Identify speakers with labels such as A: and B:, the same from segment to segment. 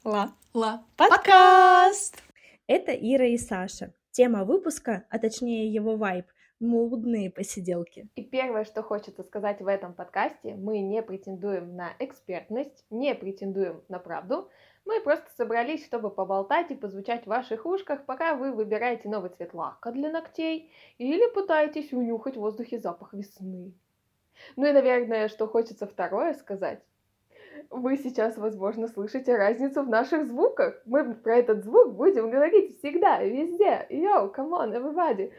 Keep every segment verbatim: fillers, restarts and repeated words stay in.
A: Ла.
B: Ла.
A: Подкаст!
C: Это Ира и Саша. Тема выпуска, а точнее его вайб — модные посиделки.
D: И первое, что хочется сказать в этом подкасте, мы не претендуем на экспертность, не претендуем на правду. Мы просто собрались, чтобы поболтать и позвучать в ваших ушках, пока вы выбираете новый цвет лака для ногтей или пытаетесь унюхать в воздухе запах весны. Ну и, наверное, что хочется второе сказать. Вы сейчас, возможно, слышите разницу в наших звуках. Мы про этот звук будем говорить всегда, везде. Йоу, come on, everybody.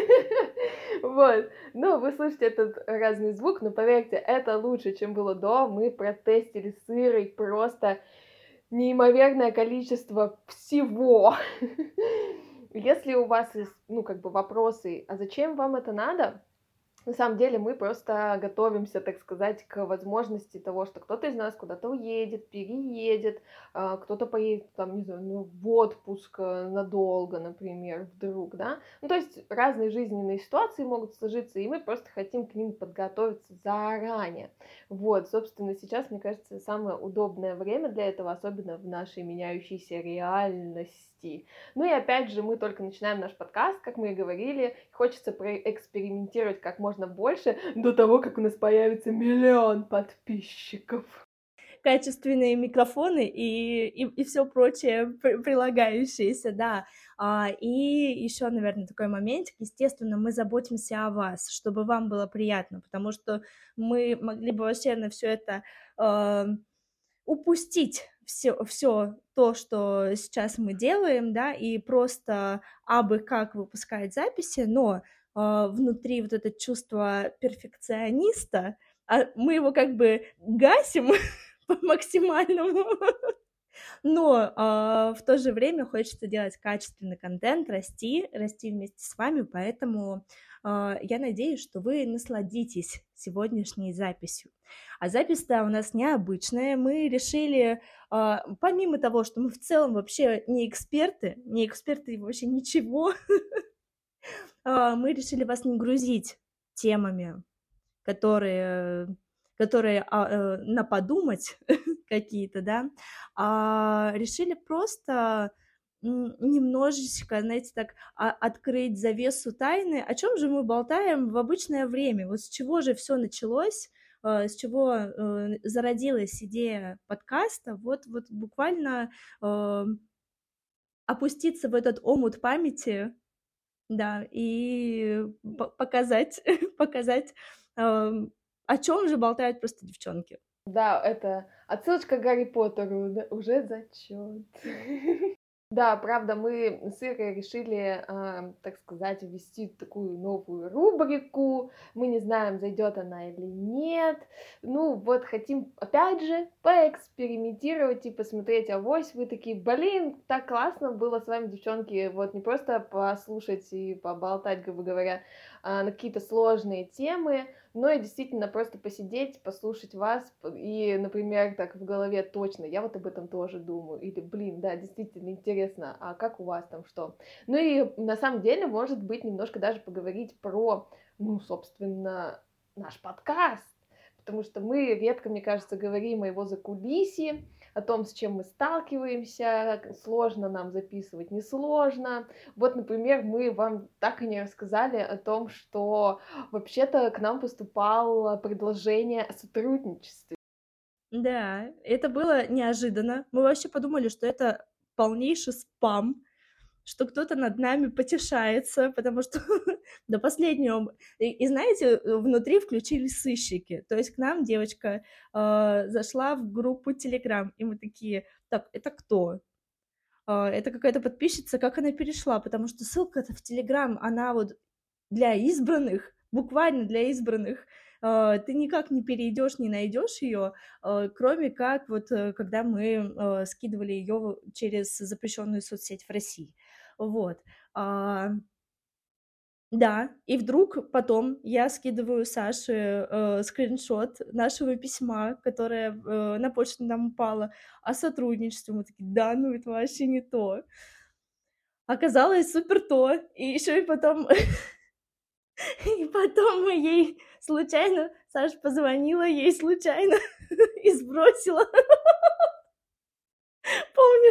D: Вот. Но вы слышите этот разный звук, но поверьте, это лучше, чем было до. Мы протестили с Ирой просто неимоверное количество всего. Если у вас есть, ну, как бы вопросы, а зачем вам это надо? На самом деле мы просто готовимся, так сказать, к возможности того, что кто-то из нас куда-то уедет, переедет, кто-то поедет, там, не знаю, ну, в отпуск надолго, например, вдруг, да. Ну, то есть разные жизненные ситуации могут сложиться, и мы просто хотим к ним подготовиться заранее. Вот, собственно, сейчас, мне кажется, самое удобное время для этого, особенно в нашей меняющейся реальности. Ну и опять же, мы только начинаем наш подкаст, как мы и говорили, хочется проэкспериментировать как можно больше до того, как у нас появится миллион подписчиков.
C: Качественные микрофоны и, и, и все прочее прилагающееся, да. А, и еще, наверное, такой моментик. Естественно, мы заботимся о вас, чтобы вам было приятно, потому что мы могли бы вообще на все это э, упустить все, все то, что сейчас мы делаем, да, и просто абы как выпускать записи, но э, внутри вот это чувство перфекциониста, а мы его как бы гасим по максимальному, но э, в то же время хочется делать качественный контент, расти, расти вместе с вами, поэтому э, я надеюсь, что вы насладитесь сегодняшней записью. А запись-то у нас необычная, мы решили, э, помимо того, что мы в целом вообще не эксперты, не эксперты вообще ничего, мы решили вас не грузить темами, которые... которые а, на подумать какие-то, да, а решили просто немножечко, знаете, так а, открыть завесу тайны, о чем же мы болтаем в обычное время, вот с чего же все началось, э, с чего э, зародилась идея подкаста, вот, вот буквально э, опуститься в этот омут памяти, да, и показать, показать э, о чем же болтают просто девчонки?
D: Да, это отсылочка к Гарри Поттеру, да, уже зачет. Да, правда, мы с Ирой решили, э, так сказать, ввести такую новую рубрику. Мы не знаем, зайдет она или нет. Ну, вот хотим, опять же, поэкспериментировать и посмотреть, авось вы такие, блин, так классно было с вами, девчонки, вот не просто послушать и поболтать, грубо говоря, на какие-то сложные темы, но и действительно просто посидеть, послушать вас и, например, так в голове точно, я вот об этом тоже думаю, или, блин, да, действительно интересно, а как у вас там что? Ну и на самом деле, может быть, немножко даже поговорить про, ну, собственно, наш подкаст, потому что мы редко, мне кажется, говорим о его закулисье, о том, с чем мы сталкиваемся, сложно нам записывать, несложно. Вот, например, мы вам так и не рассказали о том, что вообще-то к нам поступало предложение о сотрудничестве.
C: Да, это было неожиданно. Мы вообще подумали, что это полнейший спам, что кто-то над нами потешается, потому что до последнего... И, и знаете, внутри включились сыщики. То есть к нам девочка э, зашла в группу Telegram, и мы такие, так, это кто? Э, это какая-то подписчица, как она перешла? Потому что ссылка-то в Telegram, она вот для избранных, буквально для избранных. Э, ты никак не перейдешь, не найдешь ее, э, кроме как вот когда мы э, скидывали ее через запрещенную соцсеть в России. Вот. А, да, и вдруг потом я скидываю Саше э, скриншот нашего письма, которое э, на почту нам упало, о сотрудничестве. Мы такие, да, ну это вообще не то. Оказалось супер то. И еще и потом... И потом мы ей случайно... Саша позвонила ей случайно и сбросила... Помнишь,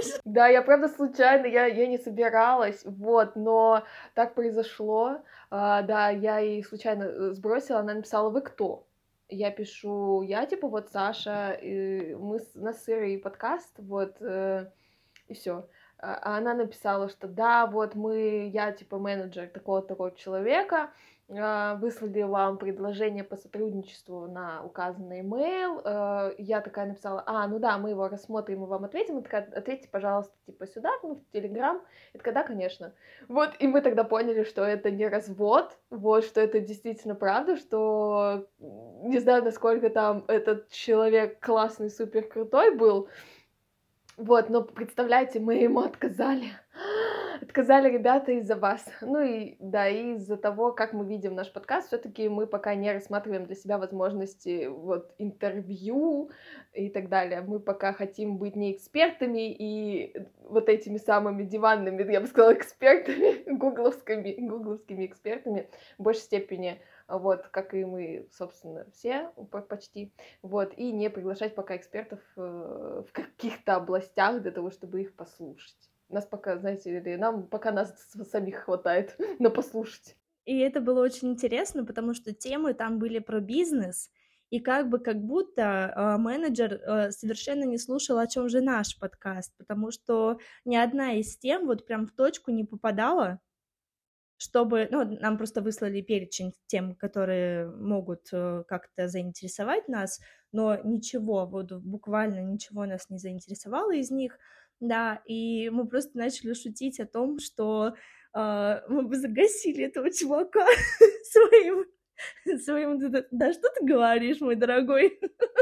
C: знаешь.
D: Да, я правда случайно, я, я не собиралась, вот, но так произошло. А, да, я ей случайно э, сбросила, она написала: «Вы кто?» Я пишу: «Я типа вот Саша, и мы с, у нас с Ирой подкаст, вот, э, и все». А она написала, что да, вот мы, я типа менеджер такого-такого человека, а, выслали вам предложение по сотрудничеству на указанный имейл. Э, Я такая написала: а, ну да, мы его рассмотрим и вам ответим. И такая: ответьте, пожалуйста, типа сюда, ну, в Телеграм. И такая: да, конечно. Вот, и мы тогда поняли, что это не развод, вот, что это действительно правда, что не знаю, насколько там этот человек классный, супер крутой был, вот, но представляете, мы ему отказали. Отказали ребята из-за вас. Ну и да, и из-за того, как мы видим наш подкаст, все-таки мы пока не рассматриваем для себя возможности вот интервью и так далее. Мы пока хотим быть не экспертами и вот этими самыми диванными, я бы сказала, экспертами, гугловскими, гугловскими экспертами в большей степени, вот, как и мы, собственно, все почти, вот, и не приглашать пока экспертов э, в каких-то областях для того, чтобы их послушать. Нас пока, знаете, или нам пока нас самих хватает на послушать.
C: И это было очень интересно, потому что темы там были про бизнес, и как бы как будто э, менеджер э, совершенно не слушал, о чем же наш подкаст, потому что ни одна из тем вот прям в точку не попадала, чтобы, ну, нам просто выслали перечень тем, которые могут э, как-то заинтересовать нас, но ничего, вот буквально ничего нас не заинтересовало из них, да, и мы просто начали шутить о том, что э, мы бы загасили этого чувака своим, своим, да, да что ты говоришь, мой дорогой?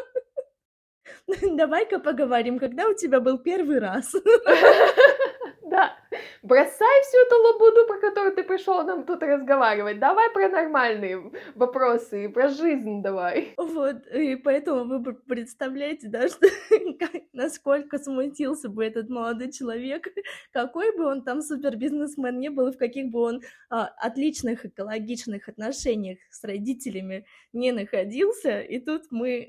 C: Давай-ка поговорим, когда у тебя был первый раз?
D: Да, бросай всю эту лабуду, про которую ты пришел нам тут разговаривать. Давай про нормальные вопросы, про жизнь давай.
C: Вот, и поэтому вы пр- представляете, да, что, как- насколько смутился бы этот молодой человек, какой бы он там супербизнесмен не был, и в каких бы он а, отличных экологичных отношениях с родителями не находился, и тут мы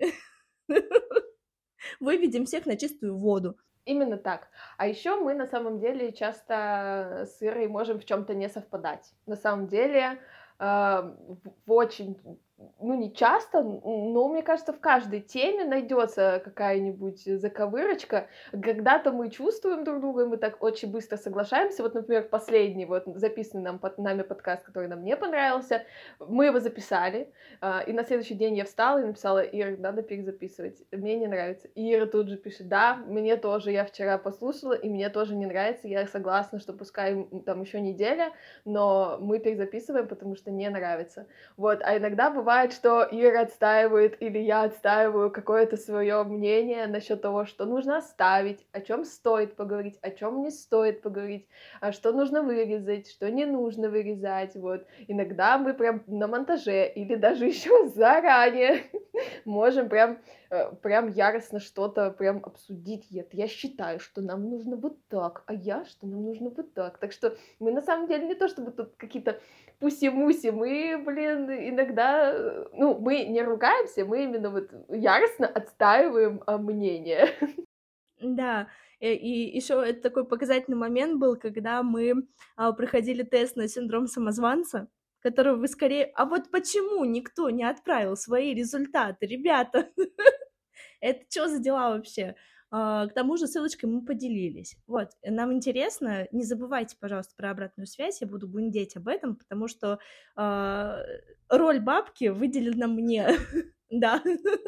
C: выведем всех на чистую воду.
D: Именно так. А еще мы на самом деле часто с Ирой можем в чем-то не совпадать. На самом деле, э, в очень, ну не часто, но мне кажется, в каждой теме найдется какая-нибудь заковырочка. Когда-то мы чувствуем друг друга, и мы так очень быстро соглашаемся. Вот, например, последний вот записанный нам под нами подкаст, который нам не понравился, мы его записали, а, и на следующий день я встала и написала: Ира, надо перезаписывать, мне не нравится. И Ира тут же пишет: да, мне тоже, я вчера послушала, и мне тоже не нравится, я согласна, что пускай там еще неделя, но мы перезаписываем, потому что не нравится. Вот, а иногда бывает, что Ира отстаивает или я отстаиваю какое-то свое мнение насчет того, что нужно оставить, о чем стоит поговорить, о чем не стоит поговорить, а что нужно вырезать, что не нужно вырезать, вот. Иногда мы прям на монтаже или даже еще заранее можем прям, э, прям яростно что-то прям обсудить. Я, я считаю, что нам нужно вот так, а я, что нам нужно вот так. Так что мы на самом деле не то, чтобы тут какие-то пуси-муси, мы, блин, иногда, э, ну, мы не ругаемся, мы именно вот яростно отстаиваем а, мнение.
C: Да, э, и еще это такой показательный момент был, когда мы а, проходили тест на синдром самозванца, которого вы скорее... А вот почему никто не отправил свои результаты, ребята? Это что за дела вообще? А, К тому же ссылочкой мы поделились. Вот, э, нам интересно, не забывайте, пожалуйста, про обратную связь, я буду гундеть об этом, потому что а, роль бабки выделена мне, да.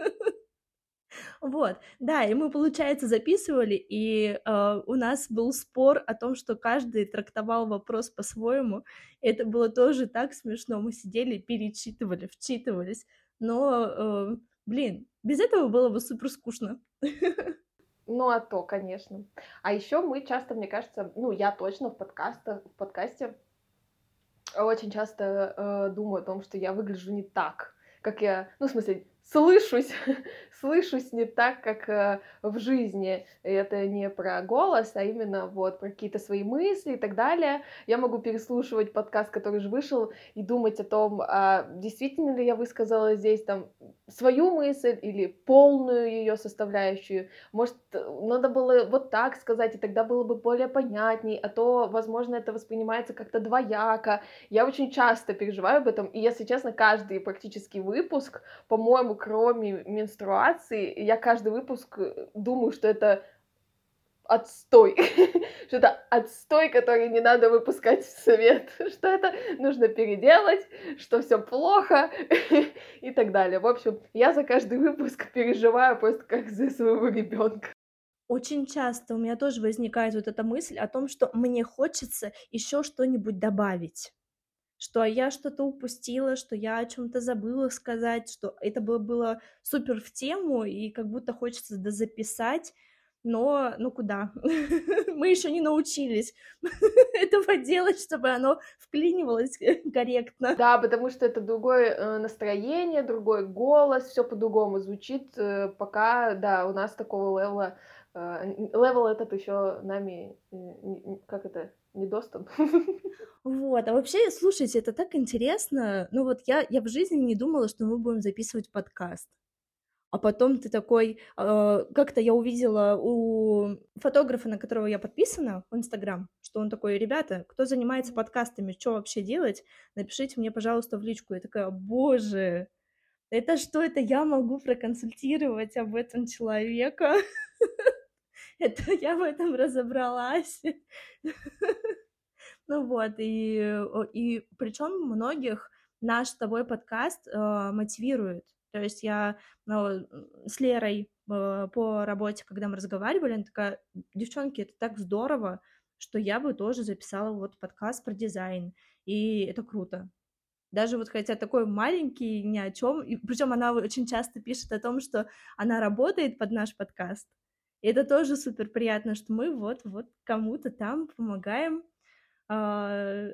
C: Вот, да, и мы, получается, записывали, и э, у нас был спор о том, что каждый трактовал вопрос по-своему. И это было тоже так смешно. Мы сидели, перечитывали, вчитывались. Но, э, блин, без этого было бы супер скучно.
D: Ну, а то, конечно. А еще мы часто, мне кажется, ну, я точно в подкастах, в подкасте очень часто э, думаю о том, что я выгляжу не так, как я, ну, в смысле, слышусь, слышусь не так, как э, в жизни. И это не про голос, а именно вот про какие-то свои мысли и так далее. Я могу переслушивать подкаст, который же вышел, и думать о том, а действительно ли я высказала здесь там свою мысль или полную ее составляющую. Может, надо было вот так сказать, и тогда было бы более понятней, а то, возможно, это воспринимается как-то двояко. Я очень часто переживаю об этом, и, если честно, каждый практически выпуск, по-моему, кроме менструации, я каждый выпуск думаю, что это отстой, что это отстой, который не надо выпускать в свет, что это нужно переделать, что все плохо и так далее. В общем, я за каждый выпуск переживаю просто как за своего ребенка.
C: Очень часто у меня тоже возникает вот эта мысль о том, что мне хочется еще что-нибудь добавить, что я что-то упустила, что я о чем-то забыла сказать, что это было, было супер в тему, и как будто хочется дозаписать, но ну куда? Мы еще не научились этого делать, чтобы оно вклинивалось корректно.
D: Да, потому что это другое э, настроение, другой голос, все по-другому звучит, э, пока, да, у нас такого левела, э, левел этот еще нами, э, не- не- как это, не достан.
C: Вот, а вообще, слушайте, это так интересно. Ну вот я, я в жизни не думала, что мы будем записывать подкаст. А потом ты такой, э, как-то я увидела у фотографа, на которого я подписана в Инстаграм, что он такой: ребята, кто занимается подкастами, что вообще делать, напишите мне, пожалуйста, в личку. Я такая: боже, это что, это я могу проконсультировать об этом человека? Это я в этом разобралась. Ну вот, и, о, и причем многих наш с тобой подкаст э, мотивирует. То есть я ну, с Лерой э, по работе, когда мы разговаривали, она такая: девчонки, это так здорово, что я бы тоже записала вот подкаст про дизайн, и это круто. Даже вот хотя такой маленький, ни о чем, и причем она очень часто пишет о том, что она работает под наш подкаст. И это тоже супер приятно, что мы вот вот кому-то там помогаем а,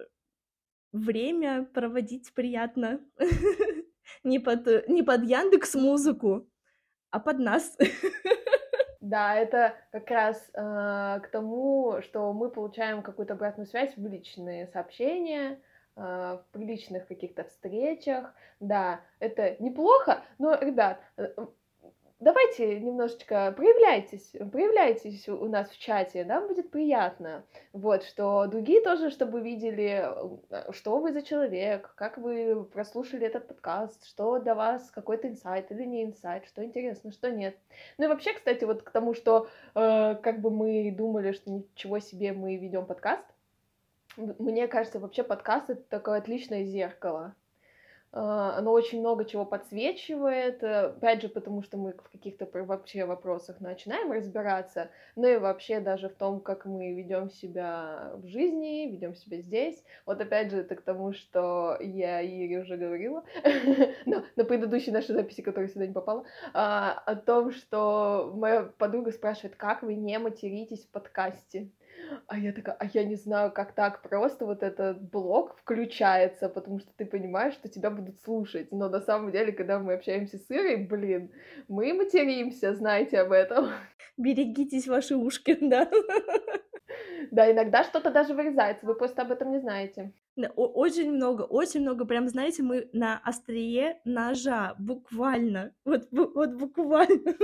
C: время проводить приятно. Не под, не под Яндекс.Музыку, а под нас.
D: Да, это как раз э, к тому, что мы получаем какую-то обратную связь в личные сообщения, э, в личных каких-то встречах. Да, это неплохо, но, ребят, э, давайте немножечко проявляйтесь, проявляйтесь у нас в чате, нам будет приятно, вот, что другие тоже, чтобы видели, э, что вы за человек, как вы прослушали этот подкаст, что для вас какой-то инсайт или не инсайт, что интересно, что нет. Ну и вообще, кстати, вот к тому, что э, как бы мы думали, что ничего себе мы ведем подкаст, мне кажется, вообще подкаст — это такое отличное зеркало. Оно очень много чего подсвечивает, опять же, потому что мы в каких-то вообще вопросах начинаем разбираться, ну и вообще даже в том, как мы ведем себя в жизни, ведем себя здесь. Вот опять же, это к тому, что я Ире уже говорила но на предыдущей нашей записи, которая сюда не попала, а, о том, что моя подруга спрашивает: как вы не материтесь в подкасте? А я такая: а я не знаю, как так просто вот этот блок включается, потому что ты понимаешь, что тебя будут слушать. Но на самом деле, когда мы общаемся с Ирой, блин, мы материмся, знаете об этом.
C: Берегитесь ваши ушки, да.
D: Да, иногда что-то даже вырезается, вы просто об этом не знаете.
C: Да, о- очень много, очень много, прям, знаете, мы на острие ножа, буквально, вот, бу- вот буквально.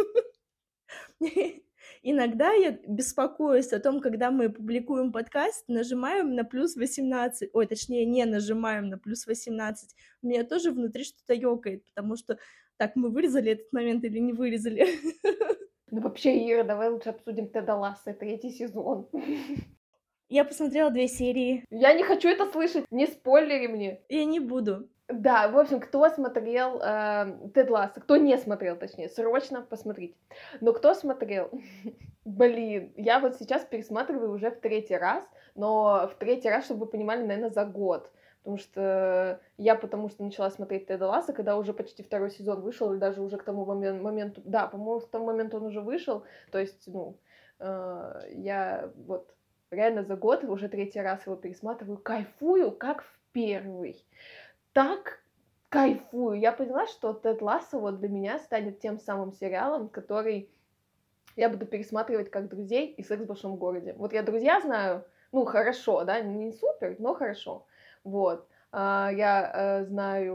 C: Иногда я беспокоюсь о том, когда мы публикуем подкаст, нажимаем на плюс восемнадцать, ой, точнее, не нажимаем на плюс восемнадцать, у меня тоже внутри что-то ёкает, потому что так, мы вырезали этот момент или не вырезали?
D: Ну вообще, Ира, давай лучше обсудим Теда Ласса, третий сезон.
C: Я посмотрела две серии,
D: Я не хочу это слышать, не спойлери мне.
C: я не буду.
D: Да, в общем, кто смотрел э, Тед Лассо, кто не смотрел, точнее, срочно посмотрите. Но кто смотрел, блин, я вот сейчас пересматриваю уже в третий раз, но в третий раз, чтобы вы понимали, наверное, за год. Потому что я потому что начала смотреть Теда Лассо, когда уже почти второй сезон вышел, или даже уже к тому моменту, моменту да, по-моему, к тому моменту он уже вышел. То есть, ну, э, я вот реально за год уже третий раз его пересматриваю, кайфую, как в первый. Так кайфую. Я поняла, что Тед Лассо вот для меня станет тем самым сериалом, который я буду пересматривать как «Друзей» и «Секс в большом городе». Вот я «Друзья» знаю, ну, хорошо, да, не супер, но хорошо. Вот. А, я э, знаю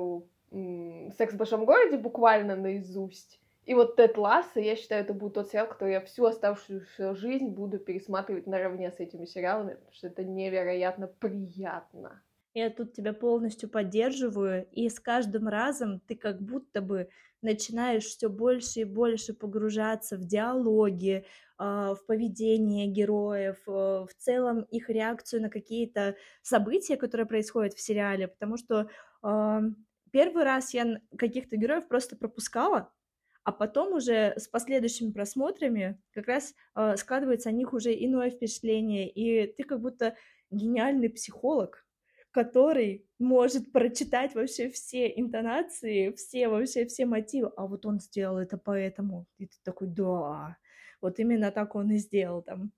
D: м, «Секс в большом городе» буквально наизусть. И вот «Тед Лассо», я считаю, это будет тот сериал, который я всю оставшуюся жизнь буду пересматривать наравне с этими сериалами, потому что это невероятно приятно.
C: Я тут тебя полностью поддерживаю, и с каждым разом ты как будто бы начинаешь все больше и больше погружаться в диалоги, а, в поведение героев, э, в целом их реакцию на какие-то события, которые происходят в сериале, потому что, ам, первый раз я н каких-то героев просто пропускала, а потом уже с последующими просмотрами как раз, а, складывается о них уже иное впечатление, и ты как будто гениальный психолог, который может прочитать вообще все интонации, все вообще все мотивы. А вот он сделал это поэтому. И ты такой: "Да, вот именно так он и сделал там".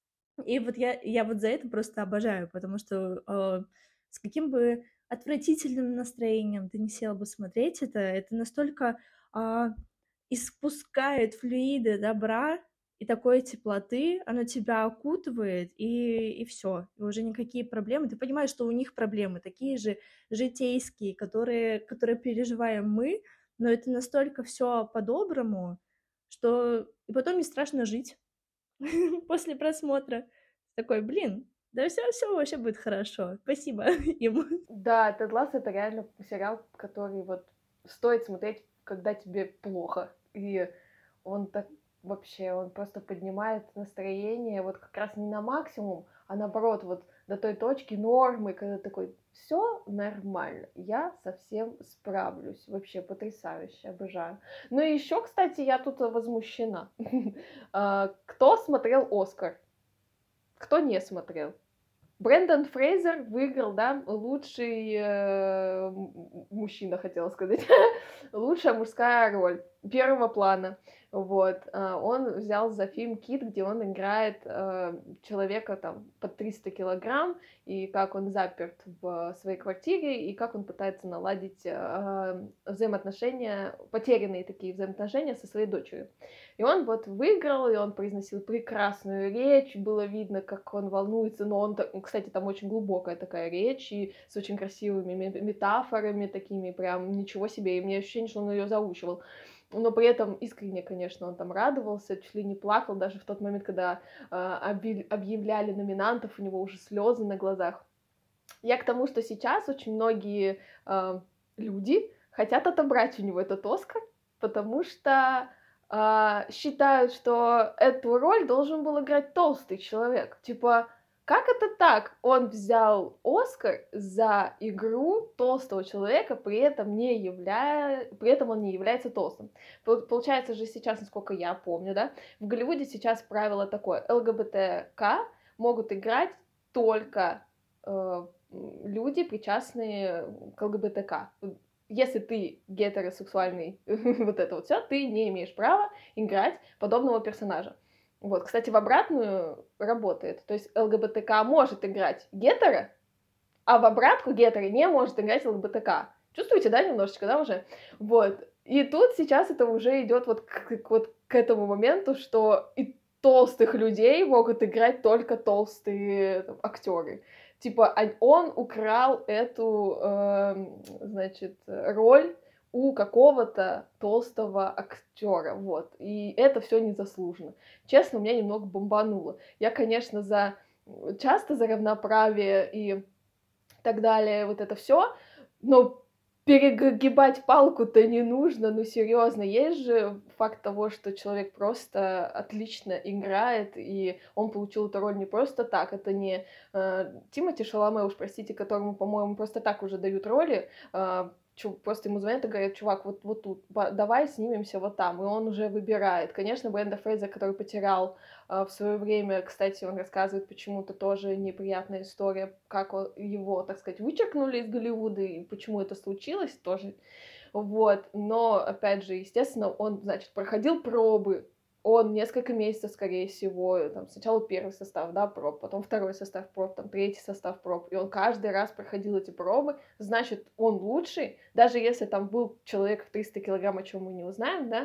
C: И вот я я вот за это просто обожаю, потому что, э, с каким бы отвратительным настроением ты не села бы смотреть это, это настолько, а, испускает флюиды добра и такой теплоты, оно тебя окутывает, и и всё. И уже никакие проблемы. Ты понимаешь, что у них проблемы такие же житейские, которые которые переживаем мы, но это настолько всё по-доброму, что и потом не страшно жить. После просмотра. Такой: "Блин, да всё всё вообще будет хорошо". Спасибо ему.
D: Да, «Тед Лассо» — это реально сериал, который вот стоит смотреть, когда тебе плохо. И он так вообще, он просто поднимает настроение вот как раз не на максимум, а наоборот, вот до той точки нормы, когда такой: "Всё нормально, я со всем справлюсь". Вообще потрясающе, обожаю. Ну и ещё, кстати, я тут возмущена. А, кто смотрел «Оскар»? Кто не смотрел? Брендан Фрейзер выиграл, да, лучший, э, м м мужчина, хотела сказать, лучшая мужская роль первого плана. Вот, а, он взял за фильм «Кит», где он играет, э, человека там под триста килограмм, и как он заперт в своей квартире, и как он пытается наладить, а, взаимоотношения, потерянные такие взаимоотношения со своей дочерью. И он вот выиграл, и он произносил прекрасную речь, было видно, как он волнуется, но он та кстати, там очень глубокая такая речь и с очень красивыми ме метафорами такими, прям ничего себе, и мне ощущение, что он её заучивал. Но при этом искренне, конечно, он там радовался, чуть ли не плакал даже в тот момент, когда, а, объяв объявляли номинантов, у него уже слёзы на глазах. Я к тому, что сейчас очень многие, а, люди хотят отобрать у него этот «Оскар», потому что, а, считают, что эту роль должен был играть толстый человек. Типа, как это так? Он взял «Оскар» за игру толстого человека, при этом не явля при этом он не является толстым. Пол получается же сейчас, насколько я помню, да, в Голливуде сейчас правило такое: ЛГБТК могут играть только, э, м, люди, причастные к ЛГБТК. Если ты гетеросексуальный, вот это вот всё, ты не имеешь права играть подобного персонажа. Вот, кстати, в обратную работает. То есть ЛГБТК может играть гетеро, а в обратку гетеро не может играть ЛГБТК. Чувствуете, да, немножечко, да, уже? Вот. И тут сейчас это уже идёт вот к к вот к этому моменту, что и толстых людей могут играть только толстые актёры. Типа, ань он украл эту, эм, значит, роль у какого-то толстого актёра, вот. И это всё незаслуженно. Честно, меня немного бомбануло. Я, конечно, за часто за равноправие и так далее, вот это всё, но перегибать палку-то не нужно, ну серьёзно. Есть же факт того, что человек просто отлично играет, и он получил эту роль не просто так. Это не, э, Тимоти Шаломе, уж простите, которому, по-моему, просто так уже дают роли. А, чу просто ему звонят и говорят: "Чувак, вот вот тут, па давай снимемся вот там". И он уже выбирает. Конечно, Брендан Фрейзер, который потерял, а, в своё время, кстати, он рассказывает почему-то тоже неприятная история, как о его, так сказать, вычеркнули из Голливуда и почему это случилось тоже. Вот. Но опять же, естественно, он, значит, проходил пробы. Он несколько месяцев, скорее всего, там сначала первый состав, да, проб, потом второй состав проб, там третий состав проб. И он каждый раз проходил эти пробы. Значит, он лучший. Даже если там был человек в триста килограмм, о чём мы не узнаем, да,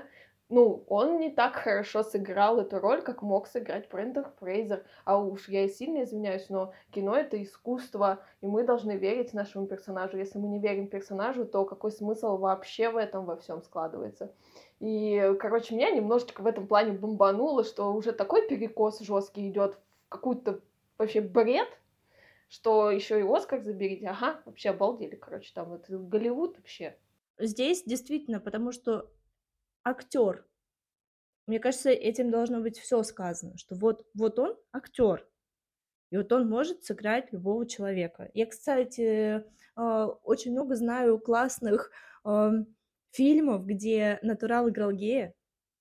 D: Ну, он не так хорошо сыграл эту роль, как мог сыграть Брендан Фрейзер. А уж я и сильно извиняюсь, но кино — это искусство, и мы должны верить нашему персонажу. Если мы не верим персонажу, то какой смысл вообще в этом во всем складывается? И, короче, меня немножечко в этом плане бомбануло, что уже такой перекос жесткий идет в какую-то вообще бред, что еще и Оскар заберите. Ага, вообще обалдели, короче, там это Голливуд вообще.
C: Здесь действительно, потому что актер, мне кажется, этим должно быть все сказано, что вот, вот он актер, и вот он может сыграть любого человека. Я, кстати, а, очень много знаю классных ам, фильмов, где натурал играл гея,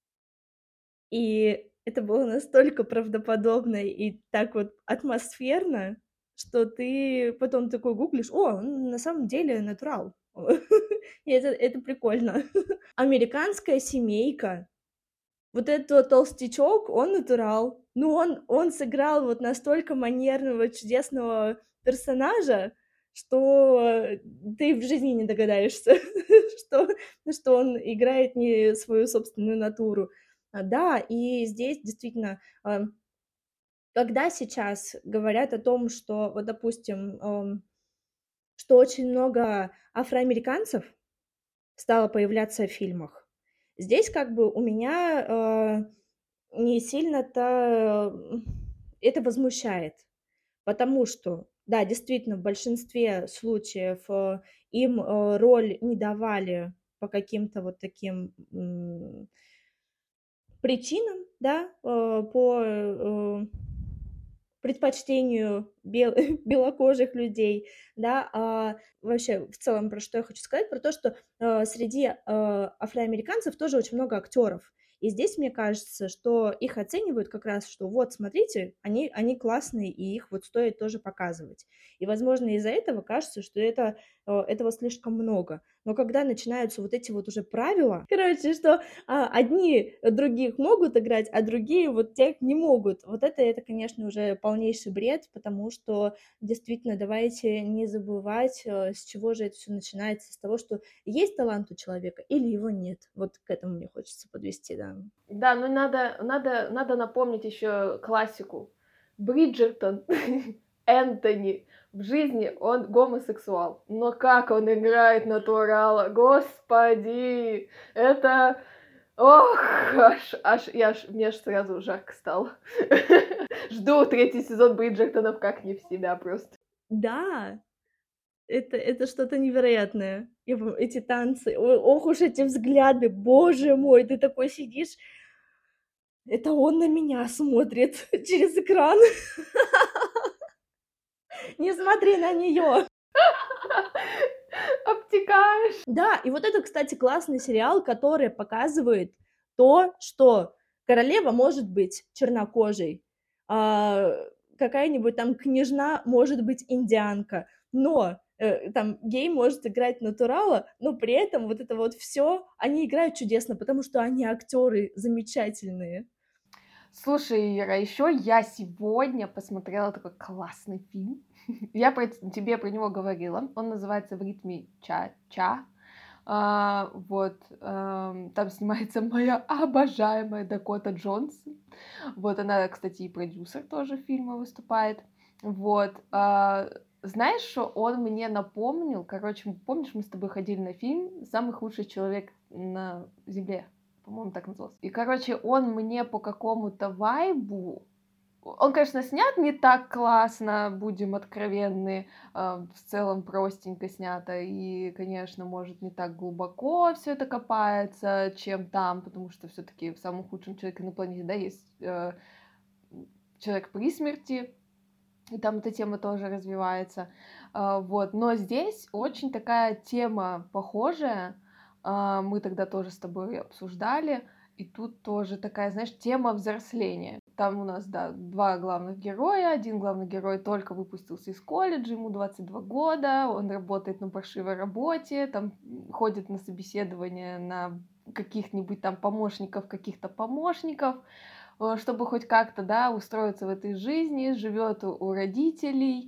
C: и это было настолько правдоподобно и так вот атмосферно, что ты потом такой гуглишь: о, он на самом деле натурал. И это, это прикольно. Американская семейка. Вот этот вот толстячок, он натурал. Ну, он, он сыграл вот настолько манерного, чудесного персонажа, что ты в жизни не догадаешься, что, что он играет не свою собственную натуру. А, Да, и здесь действительно, а, когда сейчас говорят о том, что, вот, допустим, ам, что очень много афроамериканцев стало появляться в фильмах, здесь как бы у меня а, не сильно-то м, это возмущает, потому что, да, действительно, в большинстве случаев э, им э, роль не давали по каким-то вот таким м, причинам, да, э, по э, предпочтению бел- белокожих людей, да, а вообще в целом про что я хочу сказать, про то, что э, среди э, афроамериканцев тоже очень много актеров, и здесь мне кажется, что их оценивают как раз, что вот, смотрите, они, они классные, и их вот стоит тоже показывать. И, возможно, из-за этого кажется, что это, э, этого слишком много. Но когда начинаются вот эти вот уже правила, короче, что а, одни других могут играть, а другие вот тех не могут. Вот это, это, конечно, уже полнейший бред, потому что действительно давайте не забывать, э, с чего же это все начинается, с того, что есть талант у человека или его нет. Вот к этому мне хочется подвести, да.
D: Да, ну надо, надо, надо напомнить еще классику. Бриджертон, Энтони. В жизни он гомосексуал. Но как он играет натурала, господи! Это... Ох, аж, аж, я аж, мне аж сразу жарко стало. Жду третий сезон Бриджертонов как не в себя просто.
C: Да, это, это что-то невероятное. Я помню, эти танцы, о- ох уж эти взгляды, боже мой, ты такой сидишь, это он на меня смотрит через экран. Не смотри на нее.
D: Обтекаешь.
C: Да, и вот это, кстати, классный сериал, который показывает то, что королева может быть чернокожей, а, какая-нибудь там княжна может быть индианка, но э, там гей может играть натурала, но при этом вот это вот все они играют чудесно, потому что они актеры замечательные.
D: Слушай, Ира, еще я сегодня посмотрела такой классный фильм. Я про, тебе про него говорила. Он называется «В ритме ча-ча». А, вот, ам, там снимается моя обожаемая Дакота Джонсон. Вот, она, кстати, и продюсер тоже фильма выступает. Вот, а, знаешь, что он мне напомнил? Короче, помнишь, мы с тобой ходили на фильм «Самый худший человек на Земле»? По-моему, так назывался. И, короче, он мне по какому-то вайбу... Он, конечно, снят не так классно, будем откровенны, э, в целом простенько снято, и, конечно, может, не так глубоко все это копается, чем там, потому что все-таки в самом худшем человеке на планете, да, есть э, человек при смерти, и там эта тема тоже развивается. А, вот. Но здесь очень такая тема похожая. А, мы тогда тоже с тобой обсуждали. И тут тоже такая, знаешь, тема взросления. Там у нас, да, два главных героя. Один главный герой только выпустился из колледжа, ему двадцать два года, он работает на паршивой работе, там ходит на собеседование на каких-нибудь там помощников, каких-то помощников, чтобы хоть как-то, да, устроиться в этой жизни, живет у родителей,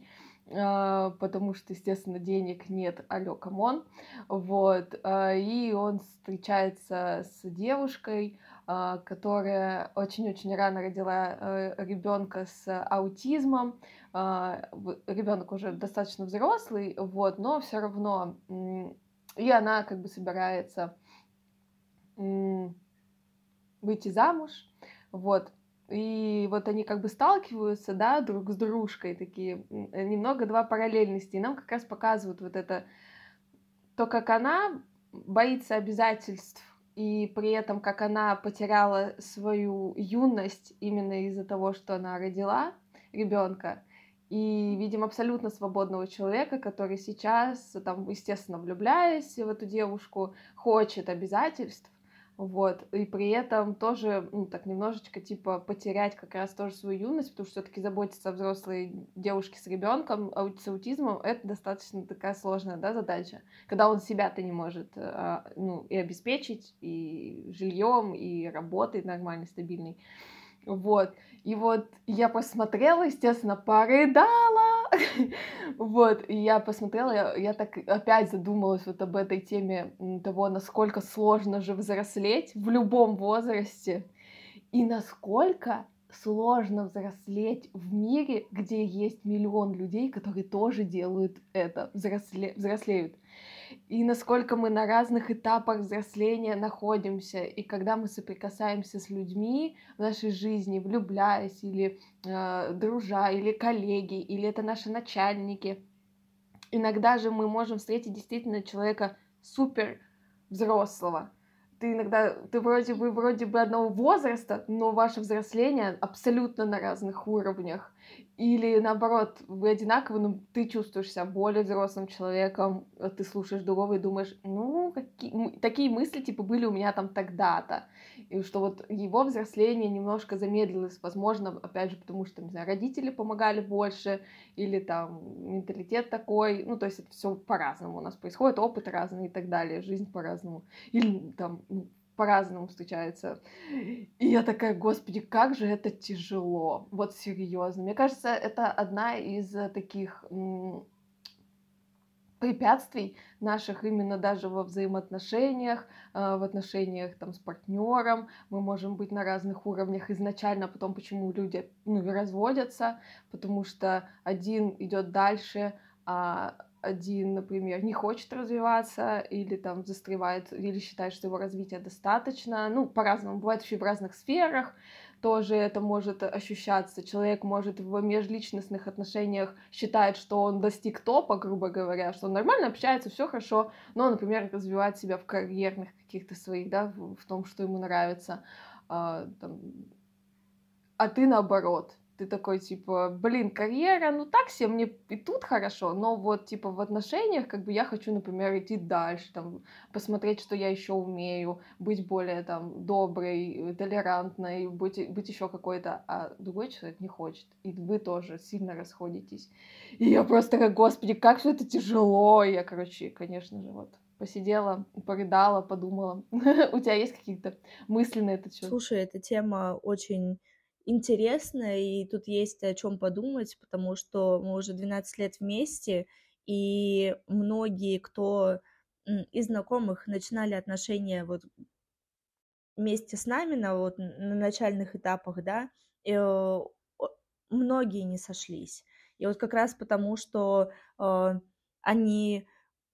D: а, потому что, естественно, денег нет, алло, камон, вот, а, и он встречается с девушкой, а, которая очень-очень рано родила э, ребенка с аутизмом, а, в- ребенок уже достаточно взрослый, вот, но все равно, м, и она как бы собирается м, выйти замуж, вот. И вот они как бы сталкиваются, да, друг с дружкой, такие, м, э, немного два параллельности. И нам как раз показывают вот это, то, как она боится обязательств, и при этом, как она потеряла свою юность именно из-за того, что она родила ребенка. И видим абсолютно свободного человека, который сейчас, там, естественно, влюбляясь в эту девушку, хочет обязательств, вот, и при этом тоже, ну, так немножечко, типа, потерять как раз тоже свою юность, потому что все-таки заботиться о взрослой девушке с ребенком, с аутизмом, это достаточно такая сложная, да, задача, когда он себя-то не может, а, ну, и обеспечить, и жильем, и работой нормальной, стабильной. Вот. И вот я посмотрела, естественно, порыдала. Вот. И я посмотрела, я, я так опять задумалась вот об этой теме м, того, насколько сложно же взрослеть в любом возрасте. И насколько сложно взрослеть в мире, где есть миллион людей, которые тоже делают это, взросле, взрослеют. И насколько мы на разных этапах взросления находимся. И когда мы соприкасаемся с людьми в нашей жизни, влюбляясь или э, дружа, или коллеги, или это наши начальники, иногда же мы можем встретить действительно человека супер взрослого. Ты иногда, ты вроде бы, вроде бы одного возраста, но ваше взросление абсолютно на разных уровнях. Или наоборот, вы одинаковы, но ты чувствуешь себя более взрослым человеком, а ты слушаешь другого и думаешь, ну, какие... м, такие мысли типа были у меня там тогда-то. И что вот его взросление немножко замедлилось, возможно, опять же, потому что, не знаю, родители помогали больше, или там менталитет такой, ну, то есть это все по-разному у нас происходит, опыт разный и так далее, жизнь по-разному, или там ну, по-разному встречается. И я такая, господи, как же это тяжело, вот серьезно. Мне кажется, это одна из э, таких м, препятствий наших именно даже во взаимоотношениях, э, в отношениях там с партнером. Мы можем быть на разных уровнях изначально, а потом почему люди ну, разводятся, потому что один идет дальше, а один, например, не хочет развиваться или там застревает, или считает, что его развития достаточно. Ну, по-разному. Бывает еще и в разных сферах тоже это может ощущаться. Человек может в межличностных отношениях считать, что он достиг топа, грубо говоря, что он нормально общается, все хорошо, но, например, развивает себя в карьерных каких-то своих, да, в, в том, что ему нравится. А, там, а ты наоборот. Ты такой, типа, блин, карьера, ну так себе, мне и тут хорошо, но вот, типа, в отношениях, как бы, я хочу, например, идти дальше, там, посмотреть, что я еще умею, быть более, там, доброй, толерантной, быть, быть еще какой-то, а другой человек не хочет, и вы тоже сильно расходитесь. И я просто такая, господи, как же это тяжело, я, короче, конечно же, вот, посидела, порыдала, подумала. У тебя есть какие-то мысли на этот счет?
C: Слушай, эта тема очень интересная, и тут есть о чем подумать, потому что мы уже двенадцать лет вместе, и многие, кто м, из знакомых начинали отношения вот вместе с нами на вот на начальных этапах, да, и, э, о- многие не сошлись. И вот как раз потому, что э, они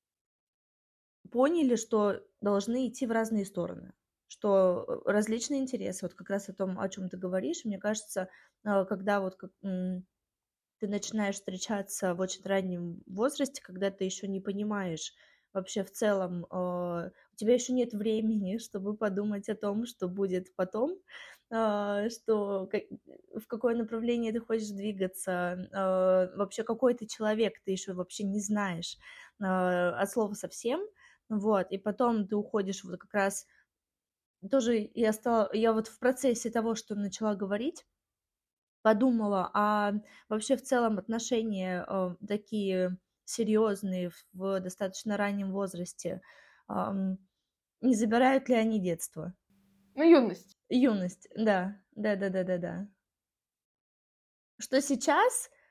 C: поняли, что должны идти в разные стороны, что э, различные интересы, вот как раз о том, о чем ты говоришь, мне кажется, э, когда вот как, м, ты начинаешь встречаться в очень раннем возрасте, когда ты еще не понимаешь вообще в целом, э, у тебя еще нет времени, чтобы подумать о том, что будет потом, а, что ка- в какое направление ты хочешь двигаться, э, вообще какой ты человек, ты еще вообще не знаешь э, от слова совсем, вот, и потом ты уходишь вот как раз тоже я стала, я вот в процессе того, что начала говорить, подумала, а вообще в целом отношения, э, такие серьезные в в достаточно раннем возрасте, ам, не забирают ли они детство?
D: Ну, юность.
C: Юность, да. Да-да-да-да-да. Что сейчас,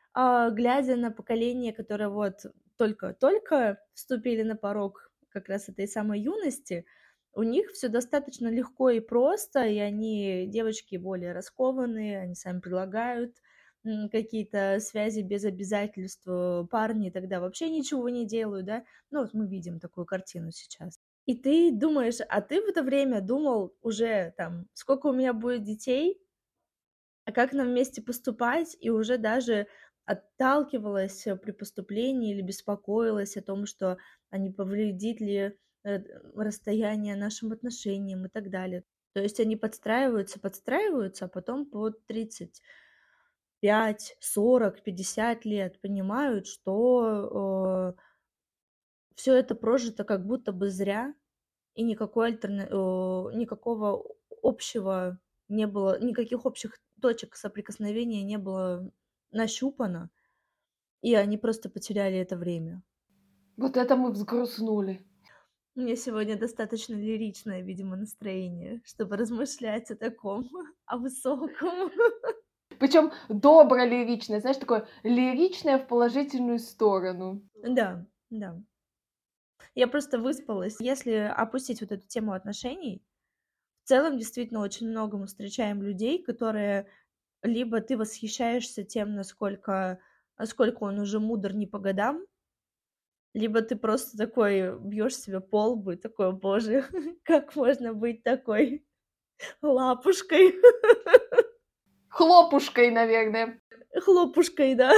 C: а, глядя на поколение, которое вот только-только вступили на порог как раз этой самой юности, у них все достаточно легко и просто, и они, девочки, более раскованные, они сами предлагают м, какие-то связи без обязательств, э, парни тогда вообще ничего не делают, да, ну вот мы видим такую картину сейчас. И ты думаешь, а ты в это время думал уже там, сколько у меня будет детей, а как нам вместе поступать, и уже даже отталкивалась э, при поступлении или беспокоилась о том, что а не повредит ли э, расстояние нашим отношениям и так далее. То есть они подстраиваются, подстраиваются, а потом под тридцать пять, сорок, пятьдесят лет понимают, что все это прожито как будто бы зря, и никакой альтерна э, никакого общего не было, никаких общих точек соприкосновения не было нащупано, и они просто потеряли это время.
D: Вот это мы взгрустнули.
C: У меня сегодня достаточно лиричное, видимо, настроение, чтобы размышлять о таком, о высоком.
D: Причем добро лиричное, знаешь, такое лиричное в положительную сторону.
C: Да, да. Я просто выспалась. Если опустить вот эту тему отношений, в целом действительно очень много мы встречаем людей, которые либо ты восхищаешься тем, насколько, насколько он уже мудр не по годам, либо ты просто такой бьешь себе по лбу и такой, боже, как можно быть такой лапушкой,
D: Хлопушкой, наверное.
C: хлопушкой, да.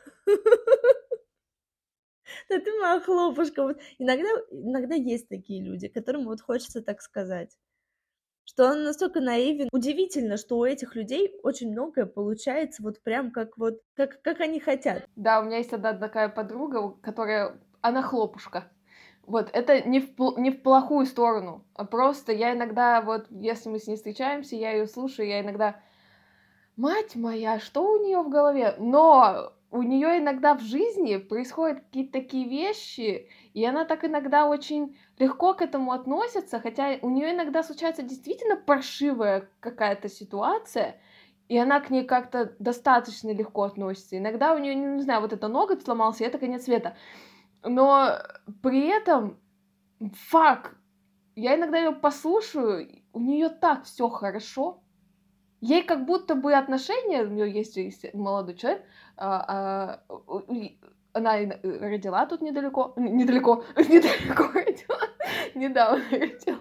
C: Да ты моя хлопушка. Вот иногда, иногда есть такие люди, которым вот хочется так сказать, что он настолько наивен. Удивительно, что у этих людей очень многое получается вот прям как вот, как, как они хотят.
D: Да, у меня есть одна такая подруга, которая... Она хлопушка. Вот, это не в, пл- не в плохую сторону, а просто я иногда, вот, если мы с ней встречаемся, я ее слушаю, я иногда... Мать моя, что у нее в голове? Но у нее иногда в жизни происходят какие-то такие вещи, и она так иногда очень легко к этому относится, хотя у нее иногда случается действительно паршивая какая-то ситуация, и она к ней как-то достаточно легко относится. Иногда у нее, не знаю, вот это ноготь сломался, и это конец света. Но при этом, фак, я иногда ее послушаю, у нее так все хорошо, ей как будто бы отношения, у нее есть, есть молодой человек, а, а, у- она и родила тут недалеко, недалеко, недалеко родила, недавно родила.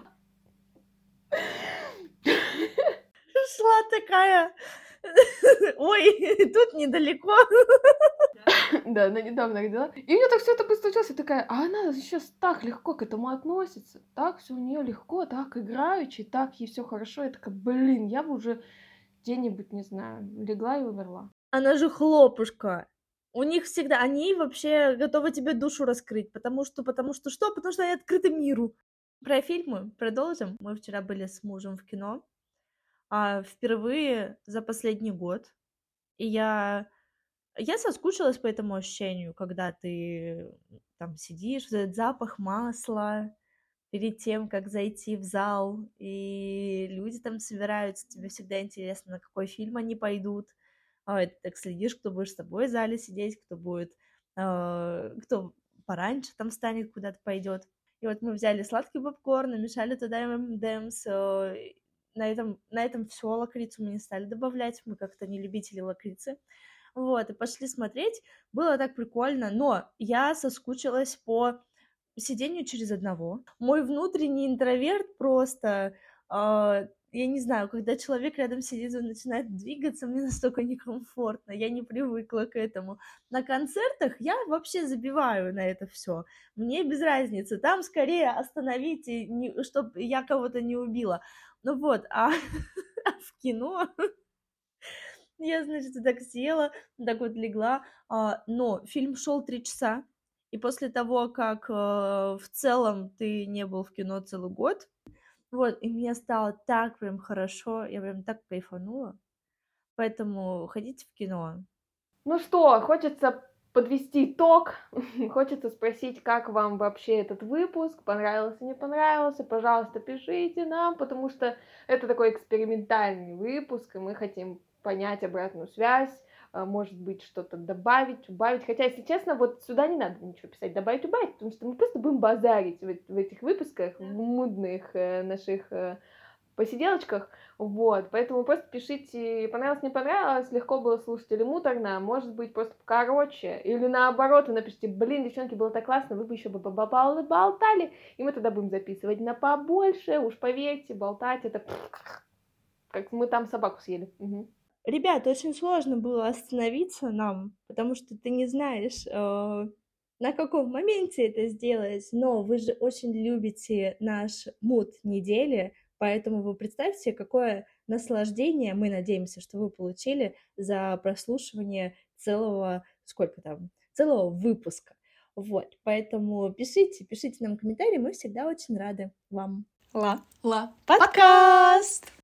C: Шла такая, ой, тут недалеко.
D: Да, она недавно родила. И у нее так все это быстро случилось, и такая, а она сейчас так легко к этому относится, так все у нее легко, так играючи, так ей все хорошо. Я такая, блин, я бы уже где-нибудь, не знаю, легла и умерла.
C: Она же хлопушка. У них всегда, они вообще готовы тебе душу раскрыть, потому что, потому что что? Потому что они открыты миру. Про фильмы продолжим. Мы вчера были с мужем в кино, а, впервые за последний год, и я, я соскучилась по этому ощущению, когда ты там сидишь, вот этот запах масла, перед тем, как зайти в зал, и люди там собираются, тебе всегда интересно, на какой фильм они пойдут. А, ты так следишь, кто будет с тобой в зале сидеть, кто будет, а, кто пораньше там встанет, куда-то пойдет. И вот мы взяли сладкий попкорн, намешали туда эм энд эмс, э, на этом, на этом все, лакрицу мы не стали добавлять, мы как-то не любители лакрицы. Вот, и пошли смотреть, было так прикольно, но я соскучилась по сидению через одного. Мой внутренний интроверт просто, а, я не знаю, когда человек рядом сидит, он начинает двигаться, мне настолько некомфортно, я не привыкла к этому. На концертах я вообще забиваю на это все. Мне без разницы, там скорее остановите, чтобы я кого-то не убила. Ну вот, а в кино я, значит, так села, так вот легла, а, но фильм шел три часа, и после того, как э, в целом ты не был в кино целый год, вот, и мне стало так прям хорошо, я прям так кайфанула, поэтому ходите в кино.
D: Ну что, хочется подвести итог, хочется спросить, как вам вообще этот выпуск, понравился, не понравился, пожалуйста, пишите нам, потому что это такой экспериментальный выпуск, и мы хотим понять обратную связь, может быть, что-то добавить, убавить. Хотя, если честно, вот сюда не надо ничего писать, добавить, убавить, потому что мы просто будем базарить в, в этих выпусках, в мудных э, наших э, посиделочках, вот, поэтому просто пишите, понравилось, не понравилось, легко было слушать или муторно, может быть, просто короче, или наоборот, вы напишите, блин, девчонки, было так классно, вы бы еще бы болтали, и мы тогда будем записывать на побольше, уж поверьте, болтать, это как мы там собаку съели. Угу.
C: Ребят, очень сложно было остановиться нам, потому что ты не знаешь, э, на каком моменте это сделать, но вы же очень любите наш мут недели, поэтому вы представьте, какое наслаждение, мы надеемся, что вы получили за прослушивание целого, сколько там, целого выпуска. Вот, поэтому пишите, пишите нам комментарии, мы всегда очень рады вам.
A: Ла, ла, подкаст!